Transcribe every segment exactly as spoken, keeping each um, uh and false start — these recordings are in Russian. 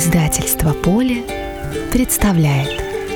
Издательство «Поле» представляет.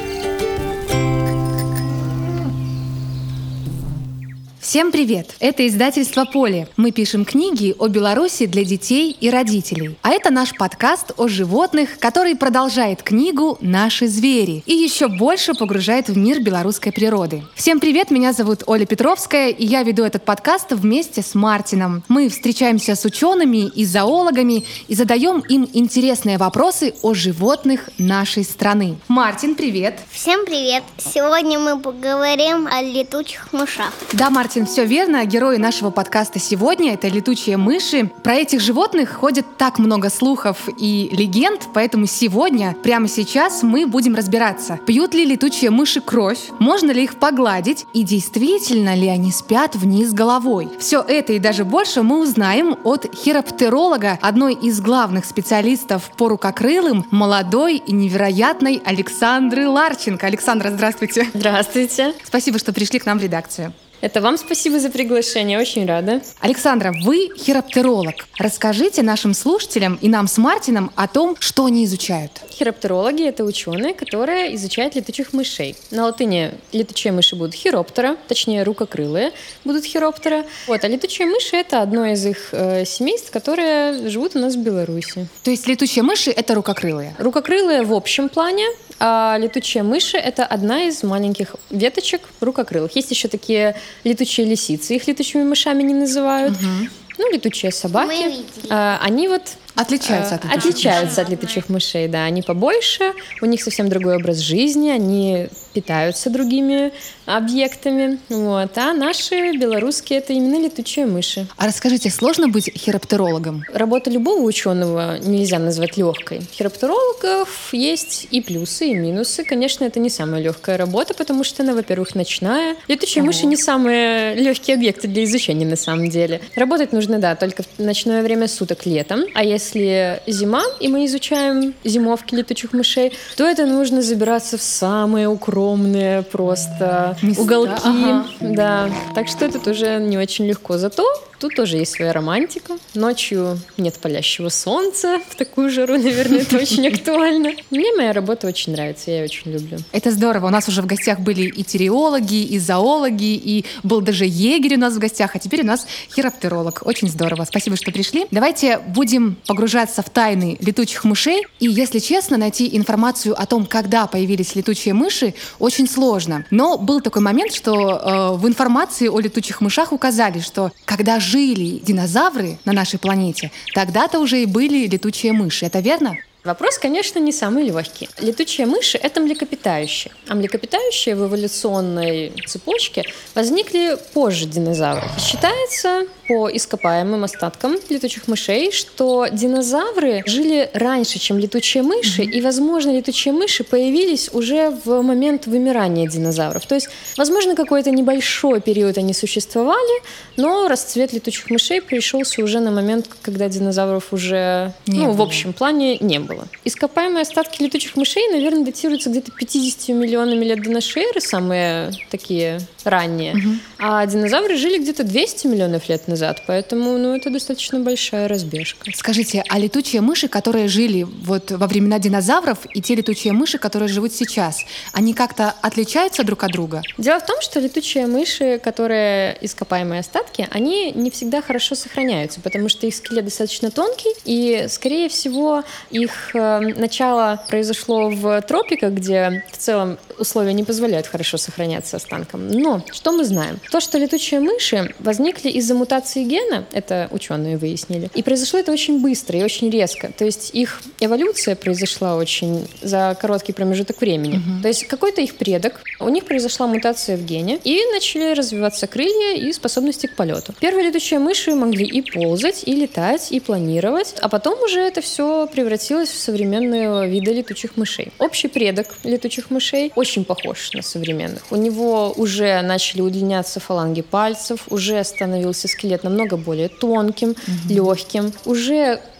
Всем привет! Это издательство «Поле». Мы пишем книги о Беларуси для детей и родителей. А это наш подкаст о животных, который продолжает книгу «Наши звери» и еще больше погружает в мир белорусской природы. Всем привет! Меня зовут Оля Петровская, и я веду этот подкаст вместе с Мартином. Мы встречаемся с учеными и зоологами и задаем им интересные вопросы о животных нашей страны. Мартин, привет! Всем привет! Сегодня мы поговорим о летучих мышах. Да, Мартин, все верно. Герои нашего подкаста сегодня — это летучие мыши. Про этих животных ходит так много слухов и легенд, поэтому сегодня, прямо сейчас, мы будем разбираться, пьют ли летучие мыши кровь, можно ли их погладить и действительно ли они спят вниз головой. Все это и даже больше мы узнаем от хироптеролога, одной из главных специалистов по рукокрылым, молодой и невероятной Александры Ларченко. Александра, здравствуйте. Здравствуйте. Спасибо, что пришли к нам в редакцию. Это вам спасибо за приглашение, очень рада. Александра, вы хироптеролог. Расскажите нашим слушателям и нам с Мартином о том, что они изучают. Хироптерологи — это ученые, которые изучают летучих мышей. На латыни летучие мыши будут хироптера, точнее рукокрылые будут хироптера. Вот, а летучие мыши — это одно из их э, семейств, которые живут у нас в Беларуси. То есть летучие мыши — это рукокрылые? Рукокрылые в общем плане, а летучие мыши — это одна из маленьких веточек рукокрылых. Есть еще такие летучие лисицы, их летучими мышами не называют. Угу. Ну, летучие собаки. А, они вот Отличаются от летучих Отличаются мышей. от летучих мышей, да. Они побольше, у них совсем другой образ жизни, они питаются другими объектами. Вот. А наши белорусские — это именно летучие мыши. А расскажите, сложно быть хироптерологом? Работа любого ученого нельзя назвать легкой. Хироптерологов есть и плюсы, и минусы. Конечно, это не самая легкая работа, потому что она, во-первых, ночная. Летучие Ого. мыши не самые легкие объекты для изучения на самом деле. Работать нужно, да, только в ночное время суток летом. А если зима, и мы изучаем зимовки летучих мышей, то это нужно забираться в самые укромные просто Места. уголки. Ага. Да. Так что это тоже не очень легко. Зато тут тоже есть своя романтика. Ночью нет палящего солнца. В такую жару, наверное, это очень актуально. Мне моя работа очень нравится, я ее очень люблю. Это здорово. У нас уже в гостях были и териологи, и зоологи, и был даже егерь у нас в гостях, а теперь у нас хироптеролог. Очень здорово. Спасибо, что пришли. Давайте будем погружаться в тайны летучих мышей. И, если честно, найти информацию о том, когда появились летучие мыши, очень сложно. Но был такой момент, что э, в информации о летучих мышах указали, что когда жили динозавры на нашей планете, тогда-то уже и были летучие мыши. Это верно? Вопрос, конечно, не самый легкий. Летучие мыши — это млекопитающие. А млекопитающие в эволюционной цепочке возникли позже динозавров. Считается по ископаемым остаткам летучих мышей, что динозавры жили раньше, чем летучие мыши, mm-hmm. и, возможно, летучие мыши появились уже в момент вымирания динозавров. То есть, возможно, какой-то небольшой период они существовали, но расцвет летучих мышей пришелся уже на момент, когда динозавров уже, не ну, было. в общем плане не было. Ископаемые остатки летучих мышей, наверное, датируются где-то пятьдесят миллионами лет до нашей эры, самые такие ранние. Угу. А динозавры жили где-то двести миллионов лет назад, поэтому ну, это достаточно большая разбежка. Скажите, а летучие мыши, которые жили вот во времена динозавров, и те летучие мыши, которые живут сейчас, они как-то отличаются друг от друга? Дело в том, что летучие мыши, которые ископаемые остатки, они не всегда хорошо сохраняются, потому что их скелет достаточно тонкий, и, скорее всего, их начало произошло в тропиках, где в целом условия не позволяют хорошо сохраняться останкам. Но что мы знаем? То, что летучие мыши возникли из-за мутации гена, это ученые выяснили, и произошло это очень быстро и очень резко. То есть их эволюция произошла очень за короткий промежуток времени. Uh-huh. То есть какой-то их предок, у них произошла мутация в гене, и начали развиваться крылья и способности к полету. Первые летучие мыши могли и ползать, и летать, и планировать, а потом уже это все превратилось в современные виды летучих мышей. Общий предок летучих мышей очень похож на современных. У него уже начали удлиняться фаланги пальцев, уже становился скелет намного более тонким, угу. легким, уже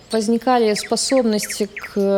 возникали способности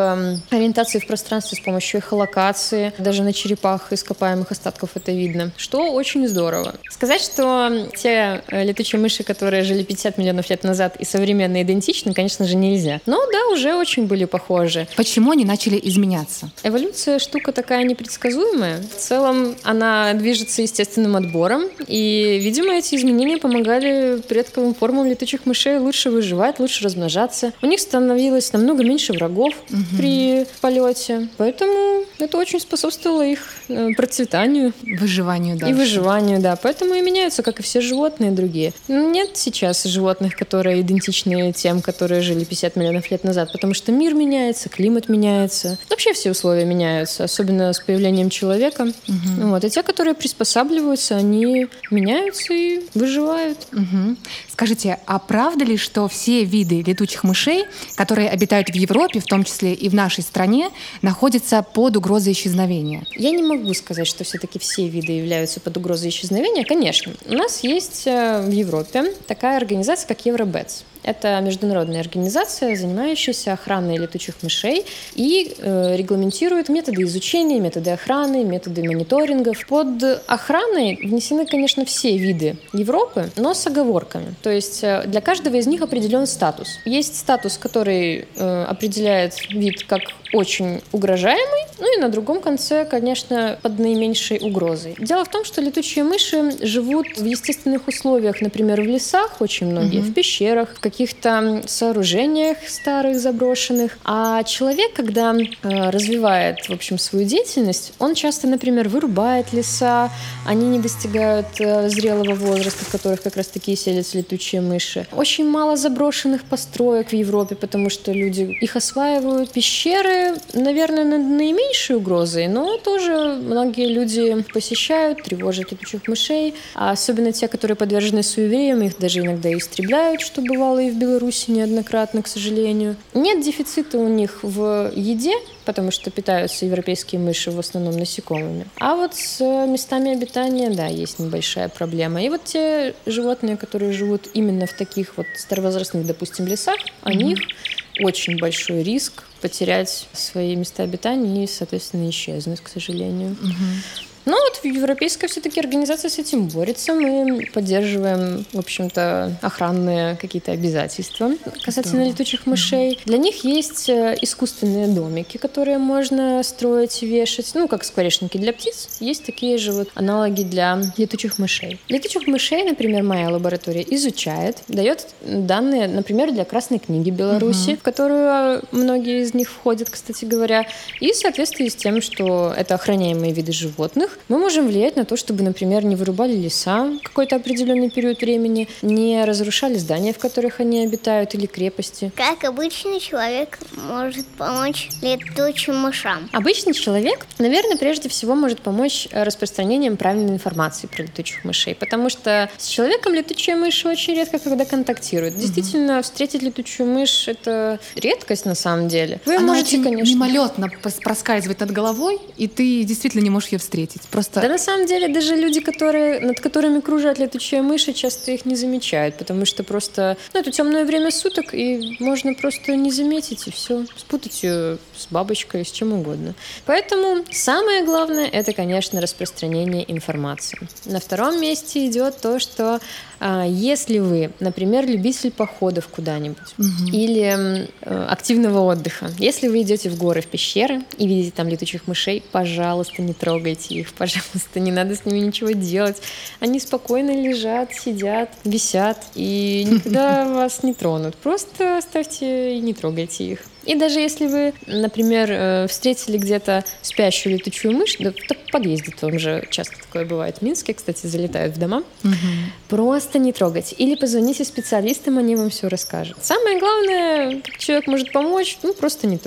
к ориентации в пространстве с помощью эхолокации. Даже на черепах ископаемых остатков это видно, что очень здорово. Сказать, что те летучие мыши, которые жили пятьдесят миллионов лет назад и современно идентичны, конечно же, нельзя. Но да, уже очень были похожи. Почему они начали изменяться? Эволюция штука такая непредсказуемая. В целом она движется естественным отбором, и, видимо, эти изменения помогали предковым формам летучих мышей лучше выживать, лучше размножаться. У них становилось намного меньше врагов угу. при полете, поэтому это очень способствовало их процветанию. Выживанию, да. И выживанию, да. Поэтому и меняются, как и все животные другие. Нет сейчас животных, которые идентичны тем, которые жили пятьдесят миллионов лет назад, потому что мир меняется, климат меняется. Вообще все условия меняются, особенно с появлением человека. Угу. Вот. И те, которые приспосабливаются, они меняются и выживают. Угу. Скажите, а правда ли, что все виды летучих мышей, которые обитают в Европе, в том числе и в нашей стране, находятся под угрозой исчезновения? Я не могу сказать, что все-таки все виды являются под угрозой исчезновения. Конечно, у нас есть в Европе такая организация, как Евробэтс. Это международная организация, занимающаяся охраной летучих мышей и э, регламентирует методы изучения, методы охраны, методы мониторингов. Под охраной внесены, конечно, все виды Европы, но с оговорками. То есть э, для каждого из них определен статус. Есть статус, который э, определяет вид как очень угрожаемый, ну и на другом конце, конечно, под наименьшей угрозой. Дело в том, что летучие мыши живут в естественных условиях, например, в лесах, очень многие, mm-hmm. в пещерах, в каких-то сооружениях старых, заброшенных. А человек, когда э, развивает, в общем, свою деятельность, он часто, например, вырубает леса, они не достигают э, зрелого возраста, в которых как раз-таки селятся летучие мыши. Очень мало заброшенных построек в Европе, потому что люди их осваивают. Пещеры, наверное, над наименьшей угрозой, но тоже многие люди посещают, тревожат летучих мышей, а особенно те, которые подвержены суевериям, их даже иногда истребляют, что бывало и в Беларуси неоднократно, к сожалению. Нет дефицита у них в еде, потому что питаются европейские мыши в основном насекомыми. А вот с местами обитания, да, есть небольшая проблема. И вот те животные, которые живут именно в таких вот старовозрастных, допустим, лесах, у них очень большой риск потерять свои места обитания и, соответственно, исчезнуть, к сожалению. Mm-hmm. Но вот европейская все-таки организация с этим борется. Мы поддерживаем, в общем-то, охранные какие-то обязательства касательно да. летучих мышей. Mm-hmm. Для них есть искусственные домики, которые можно строить и вешать. Ну, как скворечники для птиц. Есть такие же вот аналоги для летучих мышей. Летучих мышей, например, моя лаборатория изучает, дает данные, например, для Красной книги Беларуси, mm-hmm. в которую многие из них входят, кстати говоря. И в соответствии с тем, что это охраняемые виды животных, мы можем влиять на то, чтобы, например, не вырубали леса какой-то определенный период времени, не разрушали здания, в которых они обитают, или крепости. Как обычный человек может помочь летучим мышам? Обычный человек, наверное, прежде всего может помочь распространением правильной информации про летучих мышей, потому что с человеком летучие мыши очень редко когда контактируют. Mm-hmm. Действительно, встретить летучую мышь — это редкость на самом деле. Вы Она можете, очень конечно... мимолетно проскальзывать над головой, и ты действительно не можешь ее встретить. Просто... Да, на самом деле, даже люди, которые, над которыми кружат летучие мыши, часто их не замечают, потому что просто, ну, это темное время суток, и можно просто не заметить, и все, спутать ее с бабочкой, с чем угодно. Поэтому самое главное — это, конечно, распространение информации. На втором месте идет то, что а, если вы, например, любитель походов куда-нибудь угу. или а, активного отдыха, если вы идете в горы, в пещеры и видите там летучих мышей, пожалуйста, не трогайте их. Пожалуйста, не надо с ними ничего делать. Они спокойно лежат, сидят, висят и никогда вас не тронут. Просто оставьте и не трогайте их. И даже если вы, например, встретили где-то спящую летучую мышь, да, в подъезде там же часто такое бывает в Минске, кстати, залетают в дома, угу. просто не трогайте. Или позвоните специалистам, они вам все расскажут. Самое главное, как человек может помочь, ну, просто не трогать.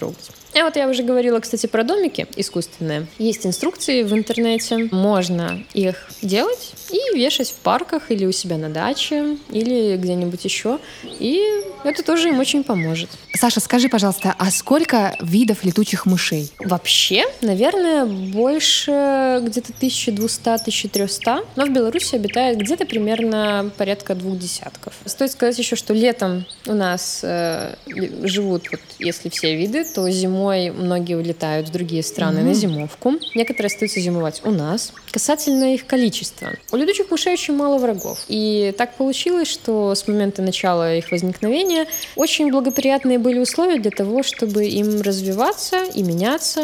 И вот я уже говорила, кстати, про домики искусственные. Есть инструкции в интернете. Можно их делать и вешать в парках или у себя на даче, или где-нибудь еще. И это тоже им очень поможет. Саша, скажи, пожалуйста, а сколько видов летучих мышей? Вообще, наверное, больше где-то тысяча двести - тысяча триста, но в Беларуси обитает где-то примерно порядка двух десятков. Стоит сказать еще, что летом у нас э, живут, вот, если все виды, то зимой многие улетают в другие страны mm-hmm. на зимовку. Некоторые остаются зимовать у нас. Касательно их количества. У летучих мышей очень мало врагов. И так получилось, что с момента начала их возникновения очень благоприятные были условия для того, чтобы им развиваться и меняться.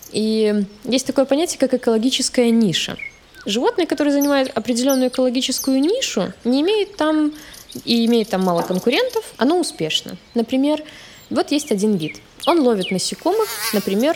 И есть такое понятие, как экологическая ниша. Животные, которые занимают определенную экологическую нишу, не имеют там и имеет там мало конкурентов, оно успешно. Например, вот есть один вид. Он ловит насекомых, например,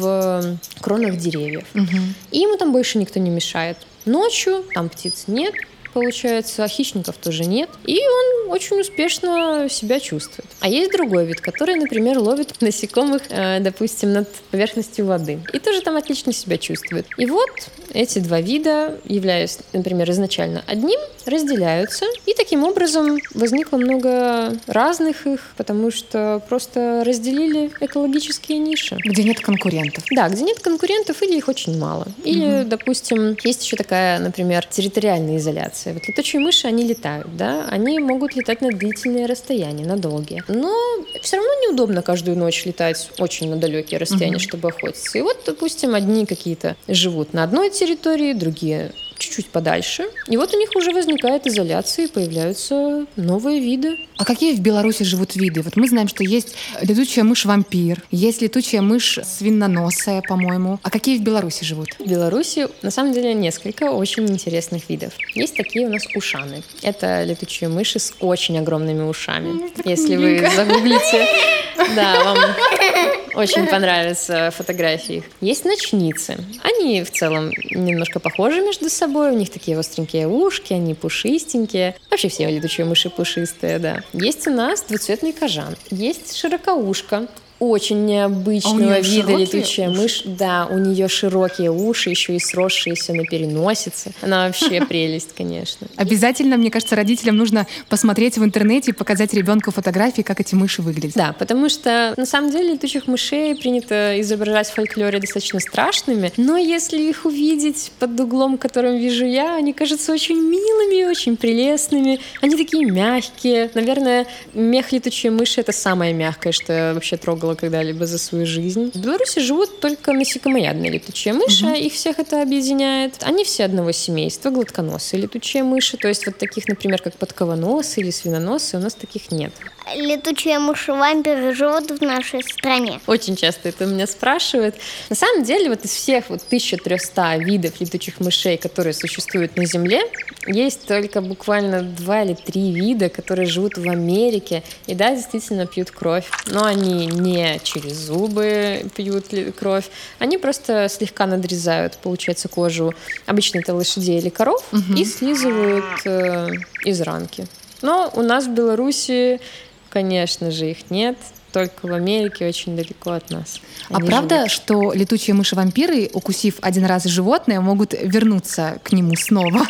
в кронах деревьев. Угу. И ему там больше никто не мешает. Ночью там птиц нет, получается, а хищников тоже нет. И он очень успешно себя чувствует. А есть другой вид, который, например, ловит насекомых, э, допустим, над поверхностью воды. И тоже там отлично себя чувствует. И вот эти два вида, являясь, например, изначально одним, разделяются. И таким образом возникло много разных их, потому что просто разделили экологические ниши. Где нет конкурентов. Да, где нет конкурентов или их очень мало. Или, угу. допустим, есть еще такая, например, территориальная изоляция. Вот летучие мыши, они летают, да, они могут летать на длительные расстояния, на долгие. Но все равно неудобно каждую ночь летать очень на далекие расстояния, угу. чтобы охотиться. И вот, допустим, одни какие-то живут на одной территории, другие чуть-чуть подальше. И вот у них уже возникает изоляция, и появляются новые виды. А какие в Беларуси живут виды? Вот мы знаем, что есть летучая мышь-вампир, есть летучая мышь свиноносая, по-моему. А какие в Беларуси живут? В Беларуси, на самом деле, несколько очень интересных видов. Есть такие у нас ушаны. Это летучие мыши с очень огромными ушами. Если вы загуглите, да, вам очень понравятся фотографии их. Есть ночницы. Они в целом немножко похожи между собой. У них такие остренькие ушки, они пушистенькие. Вообще все летучие мыши пушистые, да. Есть у нас двуцветный кажан. Есть широкоушка. Очень необычного а вида летучая уши? Мышь. Да, у нее широкие уши, еще и сросшиеся на переносице. Она вообще прелесть, конечно. Обязательно, мне кажется, родителям нужно посмотреть в интернете и показать ребенку фотографии, как эти мыши выглядят. Да, потому что на самом деле летучих мышей принято изображать в фольклоре достаточно страшными, но если их увидеть под углом, которым вижу я, они кажутся очень милыми, очень прелестными. Они такие мягкие. Наверное, мех летучей мыши — это самое мягкое, что я вообще трогала когда-либо за свою жизнь. В Беларуси живут только насекомоядные летучие мыши, угу. их всех это объединяет. Они все одного семейства, гладконосые летучие мыши, то есть вот таких, например, как подковоносы или свиноносы, у нас таких нет. Летучие мыши-вампиры живут в нашей стране? Очень часто это меня спрашивают. На самом деле, вот из всех вот тысяча триста видов летучих мышей, которые существуют на Земле, есть только буквально два или три вида, которые живут в Америке и, да, действительно пьют кровь. Но они не через зубы пьют кровь, они просто слегка надрезают, получается, кожу. Обычно это лошадей или коров, угу. и слизывают э, из ранки. Но у нас в Беларуси, конечно же, их нет. Только в Америке, очень далеко от нас. Они а правда, живут. Что летучие мыши-вампиры, укусив один раз животное, могут вернуться к нему снова?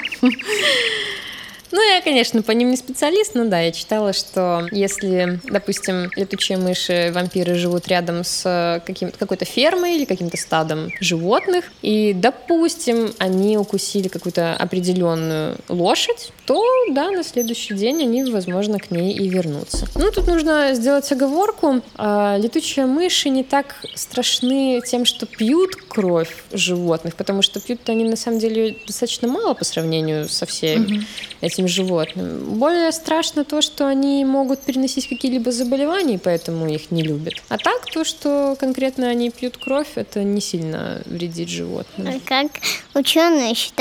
Ну, я, конечно, по ним не специалист, но да, я читала, что если, допустим, летучие мыши-вампиры живут рядом с каким- какой-то фермой или каким-то стадом животных, и, допустим, они укусили какую-то определенную лошадь, то, да, на следующий день они, возможно, к ней и вернутся. Ну, тут нужно сделать оговорку. Летучие мыши не так страшны тем, что пьют кровь животных, потому что пьют они, на самом деле, достаточно мало по сравнению со всеми mm-hmm. этими животным. Более страшно то, что они могут переносить какие-либо заболевания, поэтому их не любят. А так, то, что конкретно они пьют кровь, это не сильно вредит животным. А как ученые считают,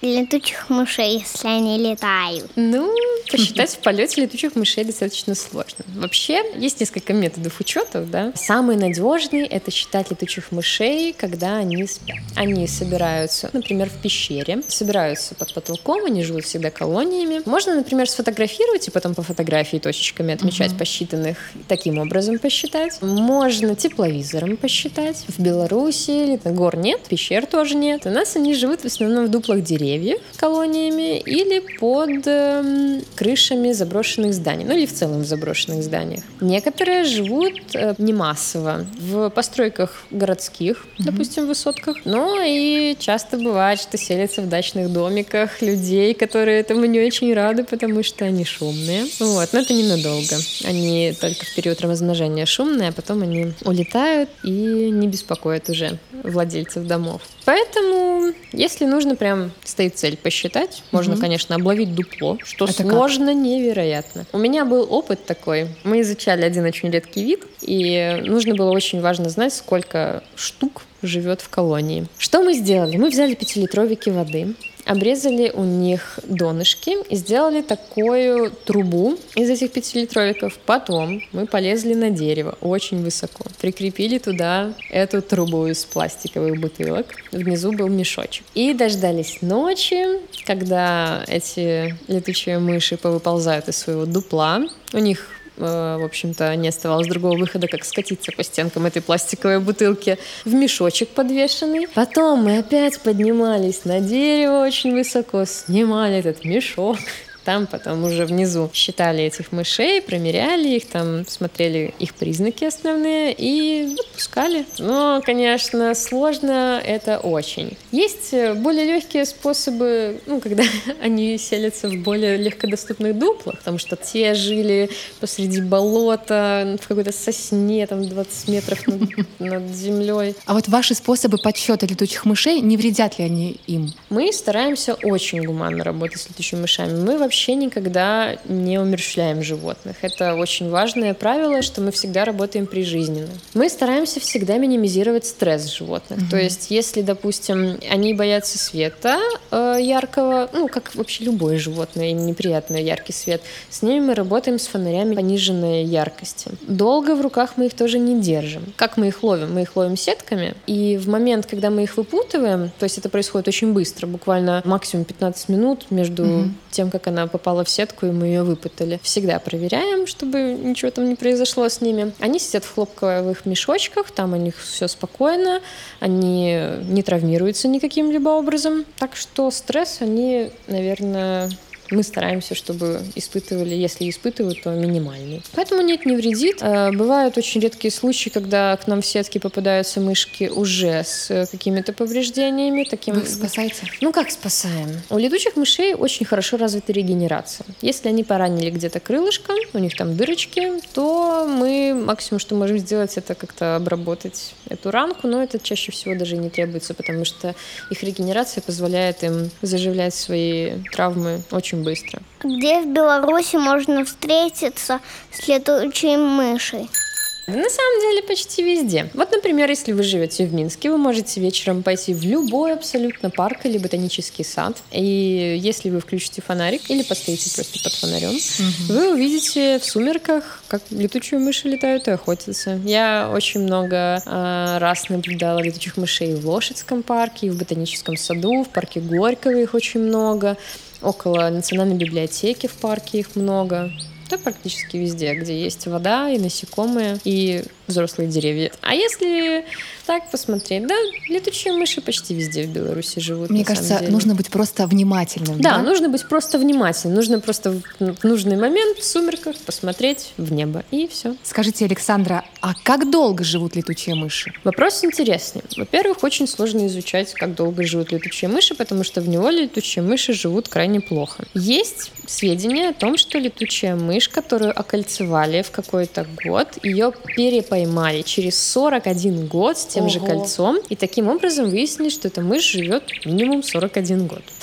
летучих мышей, если они летают? Ну, посчитать в полете летучих мышей достаточно сложно. Вообще, есть несколько методов учета, да. Самый надежный — это считать летучих мышей, когда они спят. Они собираются, например, в пещере, собираются под потолком, они живут всегда колониями. Можно, например, сфотографировать и потом по фотографии точечками отмечать, uh-huh. посчитанных, таким образом посчитать. Можно тепловизором посчитать. В Беларуси гор нет, пещер тоже нет. У нас они живут в основном в дуплах деревьев колониями или под э, крышами заброшенных зданий, ну или в целом в заброшенных зданиях. Некоторые живут э, не массово в постройках городских, mm-hmm. допустим, в высотках, но и часто бывает, что селятся в дачных домиках людей, которые этому не очень рады, потому что они шумные. Вот, но это ненадолго. Они только в период размножения шумные, а потом они улетают и не беспокоят уже владельцев домов. Поэтому, если нужно, прям стоит цель посчитать, можно, mm-hmm. конечно, обловить дупло, что это сложно как? Невероятно. У меня был опыт такой. Мы изучали один очень редкий вид, и нужно было очень важно знать, сколько штук живет в колонии. Что мы сделали? Мы взяли пятилитровики воды, обрезали у них донышки и сделали такую трубу из этих пятилитровиков. Потом мы полезли на дерево очень высоко, прикрепили туда эту трубу из пластиковых бутылок. Внизу был мешочек. И дождались ночи, когда эти летучие мыши повыползают из своего дупла. У них в общем-то, не оставалось другого выхода, как скатиться по стенкам этой пластиковой бутылки в мешочек подвешенный. Потом мы опять поднимались на дерево очень высоко, снимали этот мешок. Там потом уже внизу считали этих мышей, промеряли их, там смотрели их признаки основные и отпускали. Но, конечно, сложно это очень. Есть более легкие способы, ну, когда они селятся в более легкодоступных дуплах, потому что те жили посреди болота, в какой-то сосне, там двадцать метров над, над землей. А вот ваши способы подсчета летучих мышей, не вредят ли они им? Мы стараемся очень гуманно работать с летучими мышами. Мы вообще вообще никогда не умерщвляем животных. Это очень важное правило, что мы всегда работаем прижизненно. Мы стараемся всегда минимизировать стресс животных. Mm-hmm. То есть, если, допустим, они боятся света э, яркого, ну, как вообще любое животное, им неприятно яркий свет, с ними мы работаем с фонарями пониженной яркости. Долго в руках мы их тоже не держим. Как мы их ловим? Мы их ловим сетками, и в момент, когда мы их выпутываем, то есть это происходит очень быстро, буквально максимум пятнадцать минут между mm-hmm. тем, как она попала в сетку, и мы ее выпутали. Всегда проверяем, чтобы ничего там не произошло с ними. Они сидят в хлопковых мешочках, там у них все спокойно, они не травмируются никаким либо образом. Так что стресс они, наверное, мы стараемся, чтобы испытывали, если испытывают, то минимальный. Поэтому нет, не вредит. Бывают очень редкие случаи, когда к нам в сетки попадаются мышки уже с какими-то повреждениями. Таким... Вы их спасаете? Ну, как спасаем? У летучих мышей очень хорошо развита регенерация. Если они поранили где-то крылышко, у них там дырочки, то мы максимум, что можем сделать, это как-то обработать эту ранку, но это чаще всего даже не требуется, потому что их регенерация позволяет им заживлять свои травмы очень быстро. Где в Беларуси можно встретиться с летучей мышей? На самом деле почти везде. Вот, например, если вы живете в Минске, вы можете вечером пойти в любой абсолютно парк или ботанический сад. И если вы включите фонарик или постоите просто под фонарем, угу. вы увидите в сумерках, как летучие мыши летают и охотятся. Я очень много э, раз наблюдала летучих мышей в Лошадском парке, и в ботаническом саду, в парке Горького их очень много. Около Национальной библиотеки в парке их много. Да, практически везде, где есть вода и насекомые, и взрослые деревья. А если так посмотреть, да, летучие мыши почти везде в Беларуси живут. Мне кажется, нужно быть просто внимательным. Да, да, нужно быть просто внимательным. Нужно просто в нужный момент в сумерках посмотреть в небо, и все. Скажите, Александра, а как долго живут летучие мыши? Вопрос интересный. Во-первых, очень сложно изучать, как долго живут летучие мыши, потому что в неволе летучие мыши живут крайне плохо. Есть сведения о том, что летучая мышь, которую окольцевали в какой-то год, ее перепоймали через сорок один год с тем Ого. же кольцом, и таким образом выяснили, что эта мышь живет минимум сорок один год. В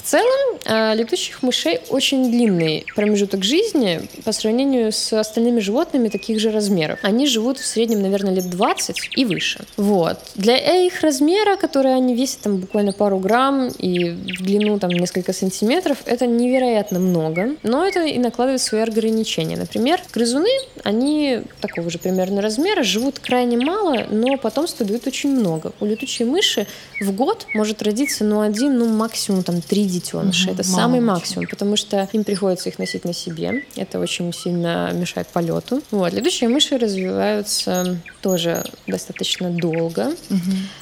целом, э, летучих мышей очень длинный промежуток жизни по сравнению с остальными животными таких же размеров. Они живут в среднем, наверное, лет двадцать и выше. Вот. Для их размера, которые они весят там буквально пару грамм и в длину там несколько сантиметров, это невероятно много, но это и накладывает свои ограничения. Например, грызуны, они такого же примерно размера, живут крайне мало, но потомства дают очень много. У летучей мыши в год может родиться ну один, ну максимум там три детеныша. Угу, это самый максимум, потому что им приходится их носить на себе. Это очень сильно мешает полету. Вот. Летучие мыши развиваются тоже достаточно долго угу.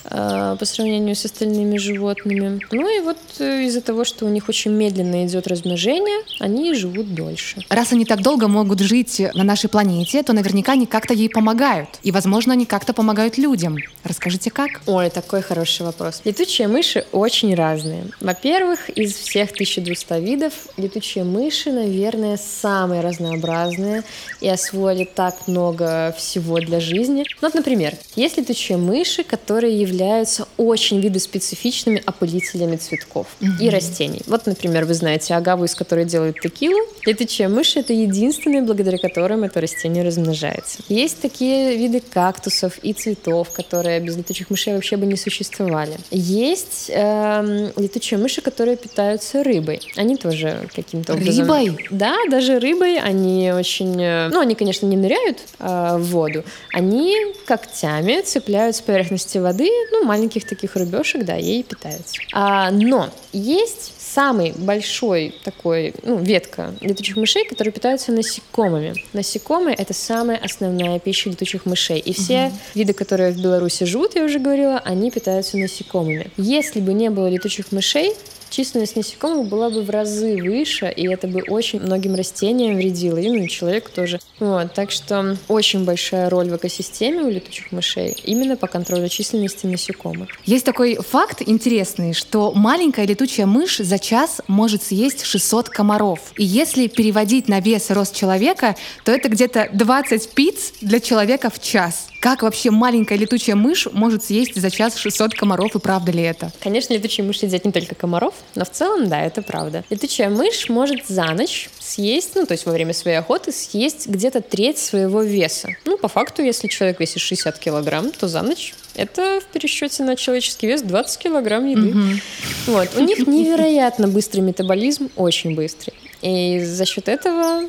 э, по сравнению с остальными животными. Ну и вот из-за того, что у них очень медленно идет размножение, они живут дольше. Раз они так долго могут жить на нашей планете, то наверняка они как-то ей помогают. И, возможно, они как-то помогают людям. Расскажите, как? Ой, такой хороший вопрос. Летучие мыши очень разные. Во-первых, из всех тысячи двухсот видов летучие мыши, наверное, самые разнообразные и освоили так много всего для жизни. Ну, вот, например, есть летучие мыши, которые являются очень видоспецифичными опылителями цветков mm-hmm. и растений. Вот, например, вы знаете агаву, из которой делают текилу. Летучая мышь — это единственные, благодаря которым это растение размножается. Есть такие виды кактусов и цветов, которые без летучих мышей вообще бы не существовали. Есть э, летучие мыши, которые питаются рыбой. Они тоже каким-то образом... Рыбой? Да, даже рыбой. Они очень... Ну, они, конечно, не ныряют э, в воду. Они когтями цепляют с поверхности воды, ну, маленьких таких рыбешек, да, ей питаются. А, но есть самый большой такой, ну, ветка летучих мышей, которые питаются насекомыми. Насекомые — это самая основная пища летучих мышей. И все угу. виды, которые в Беларуси живут, я уже говорила, они питаются насекомыми. Если бы не было летучих мышей, численность насекомых была бы в разы выше, и это бы очень многим растениям вредило, и ну, и человеку тоже. Вот, так что очень большая роль в экосистеме у летучих мышей именно по контролю численности насекомых. Есть такой факт интересный, что маленькая летучая мышь за час может съесть шестьсот комаров. И если переводить на вес и рост человека, то это где-то двадцать пиц для человека в час. Как вообще маленькая летучая мышь может съесть за час шестьсот комаров, и правда ли это? Конечно, летучие мыши едят не только комаров, но в целом, да, это правда. Летучая мышь может за ночь съесть, ну, то есть во время своей охоты, съесть где-то треть своего веса. Ну, по факту, если человек весит шестьдесят килограмм, то за ночь это в пересчете на человеческий вес двадцать килограмм еды. Mm-hmm. Вот. У них невероятно быстрый метаболизм, очень быстрый. И за счет этого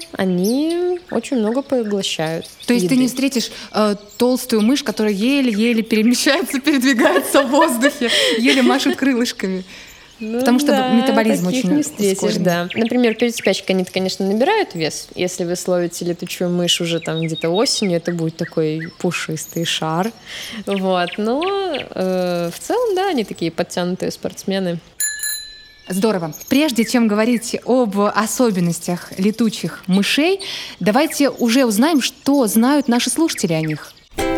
они очень много поглощают. То есть еды. Ты не встретишь э, толстую мышь, которая еле-еле перемещается, передвигается в воздухе, еле машет крылышками. Ну, Потому что да, метаболизм таких очень не встретишь, ускоренный. Да. Например, перед спячкой они, конечно, набирают вес. Если вы словите летучую мышь уже там где-то осенью, это будет такой пушистый шар. Вот. Но э, в целом, да, они такие подтянутые спортсмены. Здорово. Прежде чем говорить об особенностях летучих мышей, давайте уже узнаем, что знают наши слушатели о них.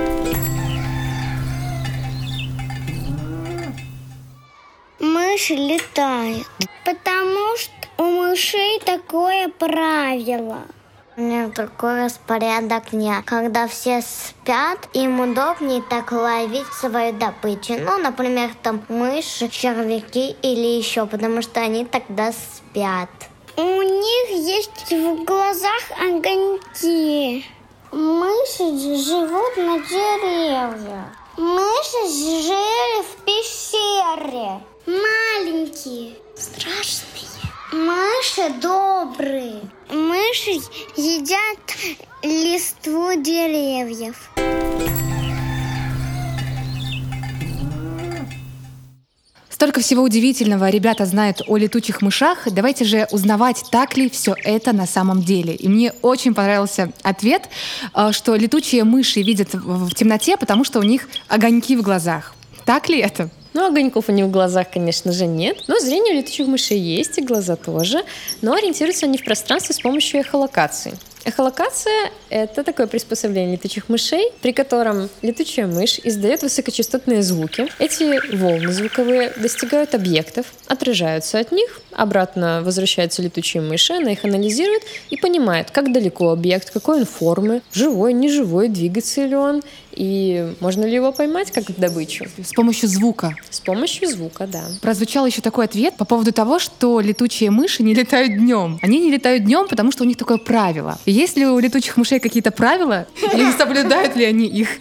Мыши летают, потому что у мышей такое правило. У них такой распорядок дня. Когда все спят, им удобнее так ловить свою добычу. Ну, например, там мыши, червяки или еще, потому что они тогда спят. У них есть в глазах огоньки. Мыши живут на деревьях. Мыши жили в пещере. Маленькие, страшные. Мыши добрые. Мыши едят листву деревьев. Столько всего удивительного ребята знают о летучих мышах. Давайте же узнавать, так ли все это на самом деле. И мне очень понравился ответ, что летучие мыши видят в темноте, потому что у них огоньки в глазах. Так ли это? Ну, огоньков у них в глазах, конечно же, нет. Но зрение у летучих мышей есть, и глаза тоже. Но ориентируются они в пространстве с помощью эхолокации. Эхолокация — это такое приспособление летучих мышей, при котором летучая мышь издает высокочастотные звуки. Эти волны звуковые достигают объектов, отражаются от них, обратно возвращаются летучие мыши, она их анализирует и понимает, как далеко объект, какой он формы, живой, неживой, двигается ли он, и можно ли его поймать как добычу. С помощью звука. С помощью звука, да. Прозвучал еще такой ответ по поводу того, что летучие мыши не летают днем. Они не летают днем, потому что у них такое правило. Есть ли у летучих мышей какие-то правила, и соблюдают ли они их?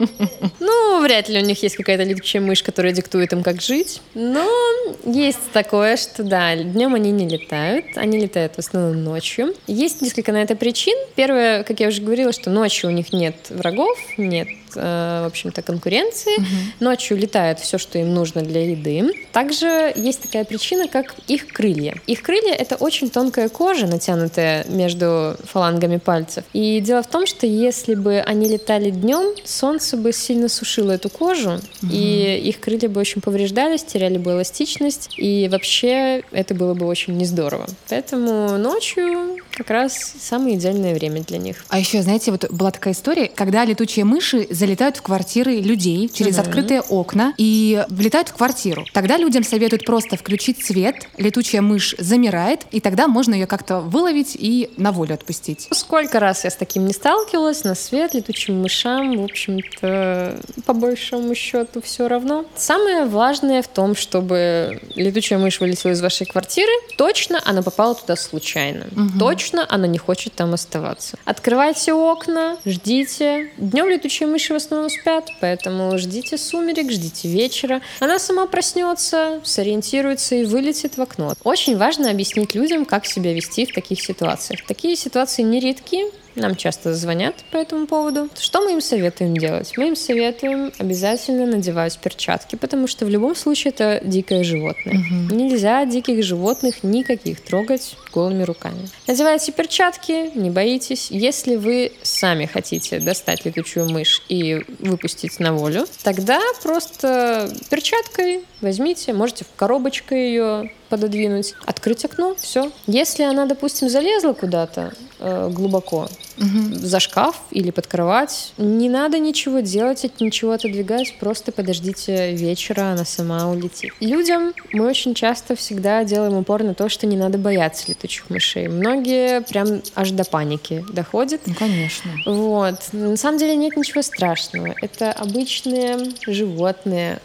Ну, вряд ли у них есть какая-то летучая мышь, которая диктует им, как жить. Но есть такое, что да, днем они не летают. Они летают в основном ночью. Есть несколько на это причин. Первое, как я уже говорила, что ночью у них нет врагов, нет, э, в общем-то, конкуренции. Угу. Ночью летает все, что им нужно для еды. Также есть такая причина, как их крылья. Их крылья — это очень тонкая кожа, натянутая между фалангами пальцев. И дело в том, что если бы они летали днем, солнце бы сильно сушило эту кожу, угу. и их крылья бы очень повреждались, теряли бы эластичность, и вообще это было бы очень не здорово. Поэтому ночью как раз самое идеальное время для них. А еще, знаете, вот была такая история, когда летучие мыши залетают в квартиры людей через угу. открытые окна и влетают в квартиру. Тогда людям советуют просто включить свет, летучая мышь замирает, и тогда можно ее как-то выловить и на волю отпустить. Сколько раз я с таким не сталкивалась, на свет летучим мышам, в общем-то, по большому счету все равно. Самое важное в том, чтобы летучая мышь вылетела из вашей квартиры, точно она попала туда случайно. Угу. Точно она не хочет там оставаться. Открывайте окна, ждите. Днем летучие мыши в основном спят, поэтому ждите сумерек, ждите вечера. Она сама проснется, сориентируется и вылетит в окно. Очень важно объяснить людям, как себя вести в таких ситуациях. Такие ситуации нередки. Нам часто звонят по этому поводу. Что мы им советуем делать? Мы им советуем обязательно надевать перчатки, потому что в любом случае это дикое животное. Угу. Нельзя диких животных никаких трогать голыми руками. Надевайте перчатки, не боитесь. Если вы сами хотите достать летучую мышь и выпустить на волю, тогда просто перчаткой возьмите, можете в коробочку ее пододвинуть, открыть окно, все. Если она, допустим, залезла куда-то э, глубоко, угу. за шкаф или под кровать, не надо ничего делать, ничего отодвигать, просто подождите вечера, она сама улетит. Людям мы очень часто всегда делаем упор на то, что не надо бояться летучих мышей. Многие прям аж до паники доходят. Ну, конечно. Вот. На самом деле нет ничего страшного. Это обычные животные.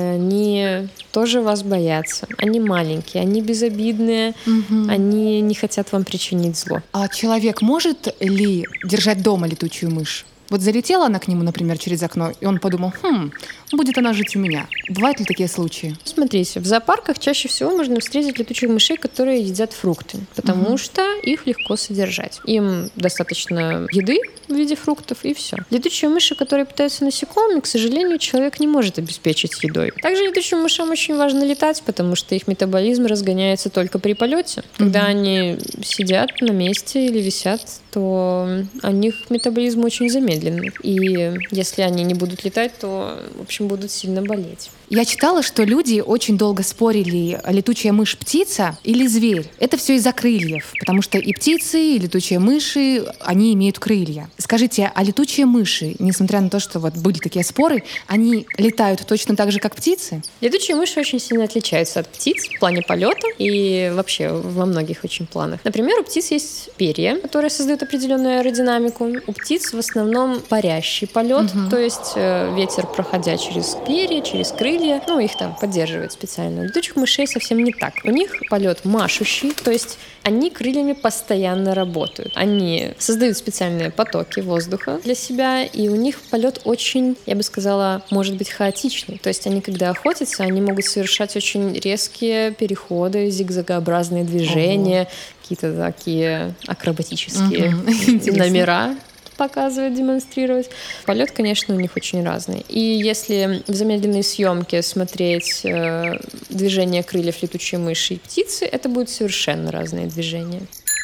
Они тоже вас боятся. Они маленькие, они безобидные, угу. они не хотят вам причинить зло. А человек может ли держать дома летучую мышь? Вот залетела она к нему, например, через окно, и он подумал, хм, будет она жить у меня. Бывают ли такие случаи? Смотрите, в зоопарках чаще всего можно встретить летучих мышей, которые едят фрукты, потому угу. что их легко содержать. Им достаточно еды в виде фруктов, и все. Летучие мыши, которые питаются насекомыми, к сожалению, человек не может обеспечить едой. Также летучим мышам очень важно летать, потому что их метаболизм разгоняется только при полете. Когда угу. они сидят на месте или висят, то у них метаболизм очень замедленный. И если они не будут летать, то, в общем, будут сильно болеть. Я читала, что люди очень долго спорили, летучая мышь птица или зверь. Это все из-за крыльев, потому что и птицы, и летучие мыши, они имеют крылья. Скажите, а летучие мыши, несмотря на то, что вот были такие споры, они летают точно так же, как птицы? Летучие мыши очень сильно отличаются от птиц в плане полета и вообще во многих очень планах. Например, у птиц есть перья, которые создают определенную аэродинамику. У птиц в основном парящий полет, угу. то есть э, ветер, проходя через перья, через крылья, ну, их там поддерживают специально. У летучих мышей совсем не так. У них полет машущий, то есть они крыльями постоянно работают. Они создают специальные потоки воздуха для себя, и у них полет очень, я бы сказала, может быть хаотичный. То есть они, когда охотятся, они могут совершать очень резкие переходы, зигзагообразные движения, Ого. какие-то такие акробатические угу. номера показывать, демонстрировать. Полет, конечно, у них очень разный. И если в замедленной съемке смотреть э, движение крыльев летучей мыши и птицы, это будут совершенно разные движения.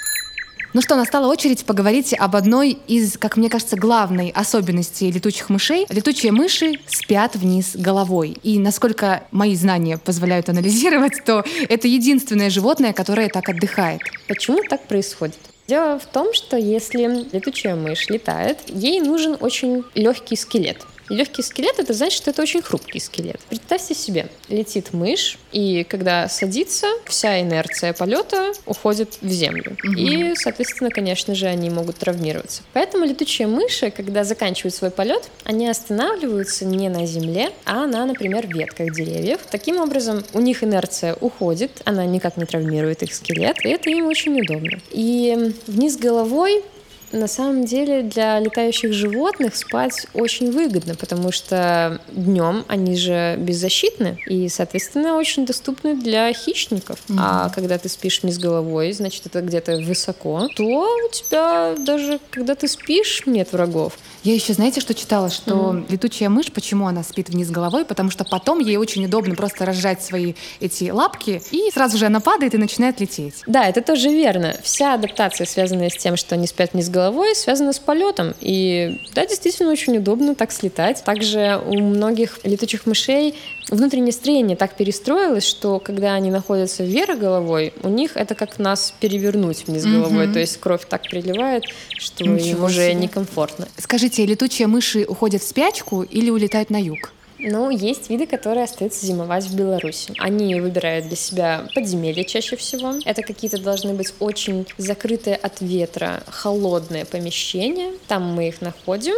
Ну что, настала очередь поговорить об одной из, как мне кажется, главной особенности летучих мышей. Летучие мыши спят вниз головой. И насколько мои знания позволяют анализировать, то это единственное животное, которое так отдыхает. Почему так происходит? Дело в том, что если летучая мышь летает, ей нужен очень легкий скелет. Легкий скелет — это значит, что это очень хрупкий скелет. Представьте себе, летит мышь, и когда садится, вся инерция полета уходит в землю. Угу. И, соответственно, конечно же, они могут травмироваться. Поэтому летучие мыши, когда заканчивают свой полет, они останавливаются не на земле, а на, например, ветках деревьев. Таким образом, у них инерция уходит, она никак не травмирует их скелет, и это им очень удобно. И вниз головой на самом деле для летающих животных спать очень выгодно, потому что днем они же беззащитны и, соответственно, очень доступны для хищников. Mm-hmm. А когда ты спишь вниз головой, значит, это где-то высоко, то у тебя даже, когда ты спишь, нет врагов. Я еще, знаете, что читала? Что mm-hmm. летучая мышь, почему она спит вниз головой? Потому что потом ей очень удобно просто разжать свои эти лапки, и сразу же она падает и начинает лететь. Да, это тоже верно. Вся адаптация, связанная с тем, что они спят вниз головой, связана с полетом. И да, действительно очень удобно так слетать. Также у многих летучих мышей внутреннее строение так перестроилось, что когда они находятся вверх головой, у них это как нас перевернуть вниз mm-hmm. головой. То есть кровь так приливает, что Ничего им уже себе. Некомфортно. Скажите, летучие мыши уходят в спячку или улетают на юг? Ну, есть виды, которые остаются зимовать в Беларуси. Они выбирают для себя подземелья чаще всего. Это какие-то должны быть очень закрытые от ветра, холодные помещения. Там мы их находим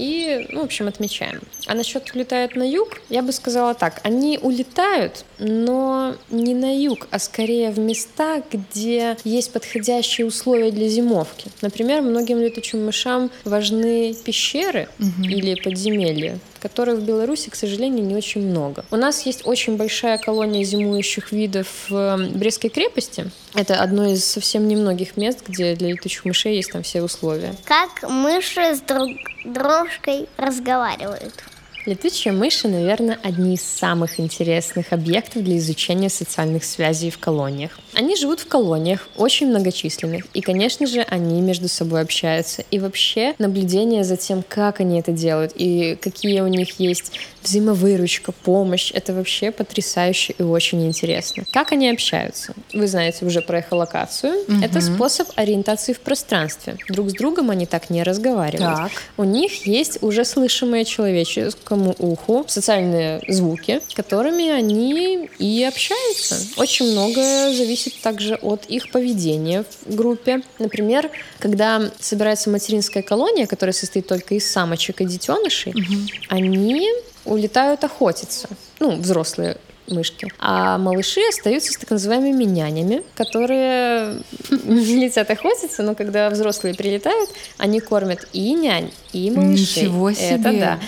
и, ну, в общем, отмечаем. А насчет улетают на юг, я бы сказала так. Они улетают, но не на юг, а скорее в места, где есть подходящие условия для зимовки. Например, многим летучим мышам важны пещеры угу. или подземелья, которых в Беларуси, к сожалению, не очень много. У нас есть очень большая колония зимующих видов в Брестской крепости. Это одно из совсем немногих мест, где для летучих мышей есть там все условия. Как мыши с друг дружкой разговаривают? Летучие мыши, наверное, одни из самых интересных объектов для изучения социальных связей в колониях. Они живут в колониях, очень многочисленных, и, конечно же, они между собой общаются. И вообще наблюдение за тем, как они это делают, и какие у них есть взаимовыручка, помощь, это вообще потрясающе и очень интересно. Как они общаются? Вы знаете уже про эхолокацию. Угу. Это способ ориентации в пространстве. Друг с другом они так не разговаривают. Так. У них есть уже слышимые человеческому уху социальные звуки, которыми они и общаются. Очень многое зависит также от их поведения в группе. Например, когда собирается материнская колония, которая состоит только из самочек и детенышей, угу. они улетают охотиться. Ну, взрослые мышки. А малыши остаются с так называемыми нянями, которые летят охотиться, но когда взрослые прилетают, они кормят и нянь, и малышей. Ничего себе! Это да.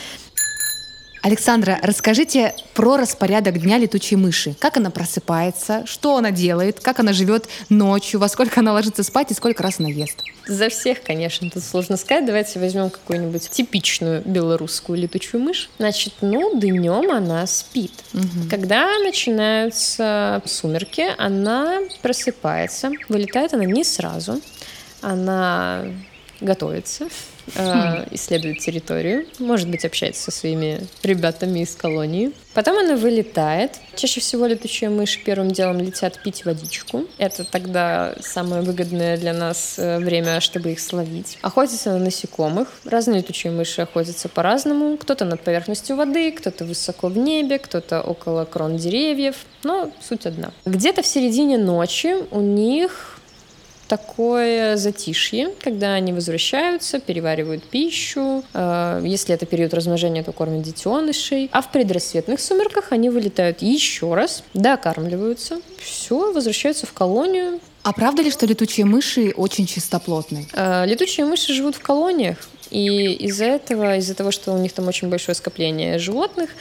Александра, расскажите про распорядок дня летучей мыши. Как она просыпается, что она делает, как она живет ночью, во сколько она ложится спать и сколько раз она ест? За всех, конечно, тут сложно сказать. Давайте возьмем какую-нибудь типичную белорусскую летучую мышь. Значит, ну, днем она спит. Угу. Когда начинаются сумерки, она просыпается. Вылетает она не сразу. Она готовится, хм. исследует территорию, может быть, общается со своими ребятами из колонии. Потом она вылетает. Чаще всего летучие мыши первым делом летят пить водичку. Это тогда самое выгодное для нас время, чтобы их словить. Охотятся на насекомых. Разные летучие мыши охотятся по-разному. Кто-то над поверхностью воды, кто-то высоко в небе, кто-то около крон деревьев. Но суть одна. Где-то в середине ночи у них такое затишье, когда они возвращаются, переваривают пищу. Если это период размножения, то кормят детенышей. А в предрассветных сумерках они вылетают еще раз, докармливаются, все, возвращаются в колонию. А правда ли, что летучие мыши очень чистоплотные? Летучие мыши живут в колониях, и из-за этого, из-за того, что у них там очень большое скопление животных,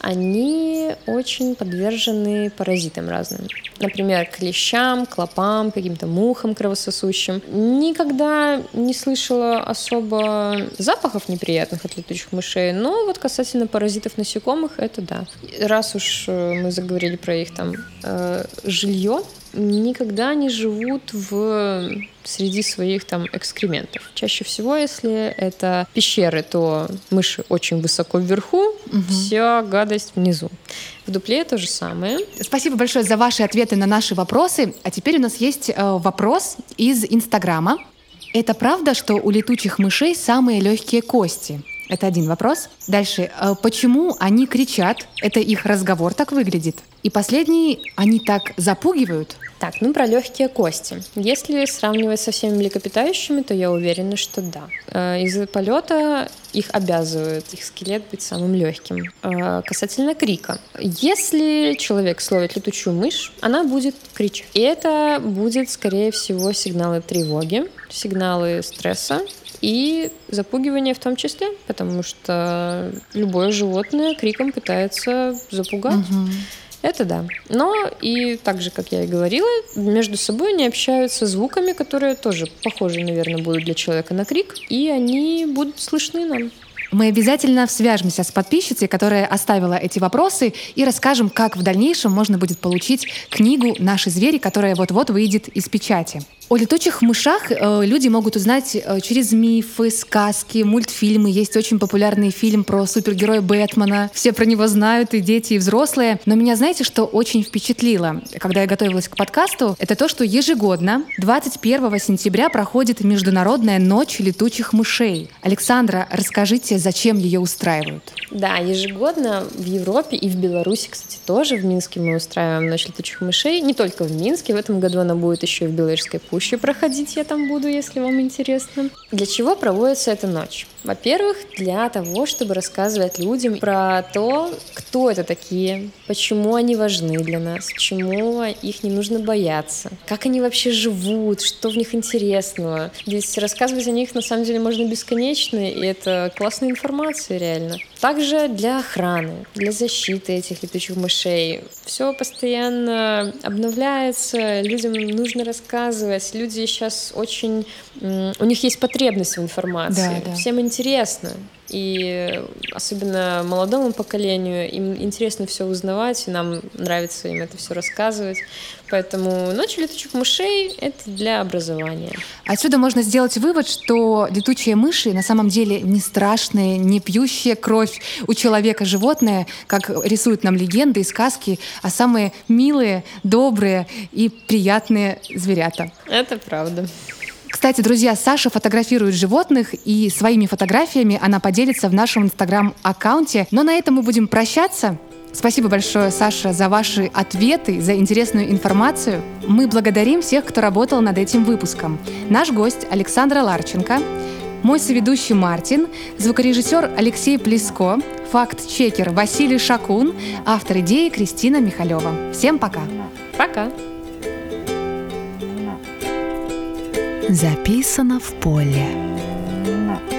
они очень подвержены паразитам разным. Например, клещам, клопам, каким-то мухам кровососущим. Никогда не слышала особо запахов неприятных от летучих мышей, но вот касательно паразитов насекомых, это да. Раз уж мы заговорили про их там э, жилье, никогда не живут в среди своих там экскрементов. Чаще всего, если это пещеры, то мыши очень высоко вверху, угу. вся гадость внизу. В дупле то же самое. Спасибо большое за ваши ответы на наши вопросы. А теперь у нас есть э, вопрос из Инстаграма. Это правда, что у летучих мышей самые легкие кости? Это один вопрос. Дальше. Почему они кричат? Это их разговор так выглядит. И последний. Они так запугивают? Так, ну про легкие кости. Если сравнивать со всеми млекопитающими, то я уверена, что да. Из-за полета их обязывает их скелет быть самым легким. Касательно крика. Если человек словит летучую мышь, она будет кричать. И это будет, скорее всего, сигналы тревоги, сигналы стресса и запугивание в том числе, потому что любое животное криком пытается запугать. Угу. Это да. Но и так же, как я и говорила, между собой они общаются звуками, которые тоже похожи, наверное, будут для человека на крик, и они будут слышны нам. Мы обязательно свяжемся с подписчицей, которая оставила эти вопросы, и расскажем, как в дальнейшем можно будет получить книгу «Наши звери», которая вот-вот выйдет из печати. О летучих мышах э, люди могут узнать э, через мифы, сказки, мультфильмы. Есть очень популярный фильм про супергероя Бэтмена. Все про него знают, и дети, и взрослые. Но меня, знаете, что очень впечатлило, когда я готовилась к подкасту? Это то, что ежегодно двадцать первого сентября проходит Международная ночь летучих мышей. Александра, расскажите, зачем ее устраивают? Да, ежегодно в Европе и в Беларуси, кстати, тоже. В Минске мы устраиваем ночь летучих мышей. Не только в Минске, в этом году она будет еще и в Белорусской Пуще проходить, я там буду, если вам интересно. Для чего проводится эта ночь? Во-первых, для того, чтобы рассказывать людям про то, кто это такие, почему они важны для нас, почему их не нужно бояться, как они вообще живут, что в них интересного. Ведь рассказывать о них на самом деле можно бесконечно, и это классная информация реально. Также для охраны, для защиты этих летучих мышей. Все постоянно обновляется, людям нужно рассказывать. Люди сейчас очень... У них есть потребность в информации. Да, да. Всем интересно. И особенно молодому поколению им интересно все узнавать, и нам нравится им это все рассказывать. Поэтому ночь летучих мышей — это для образования. Отсюда можно сделать вывод, что летучие мыши на самом деле не страшные, не пьющие кровь у человека животные, как рисуют нам легенды и сказки, а самые милые, добрые и приятные зверята. Это правда. Кстати, друзья, Саша фотографирует животных, и своими фотографиями она поделится в нашем инстаграм-аккаунте. Но на этом мы будем прощаться. Спасибо большое, Саша, за ваши ответы, за интересную информацию. Мы благодарим всех, кто работал над этим выпуском. Наш гость Александра Ларченко, мой соведущий Мартин, звукорежиссер Алексей Плеско, факт-чекер Василий Шакун, автор идеи Кристина Михалева. Всем пока! Пока! Записано в поле.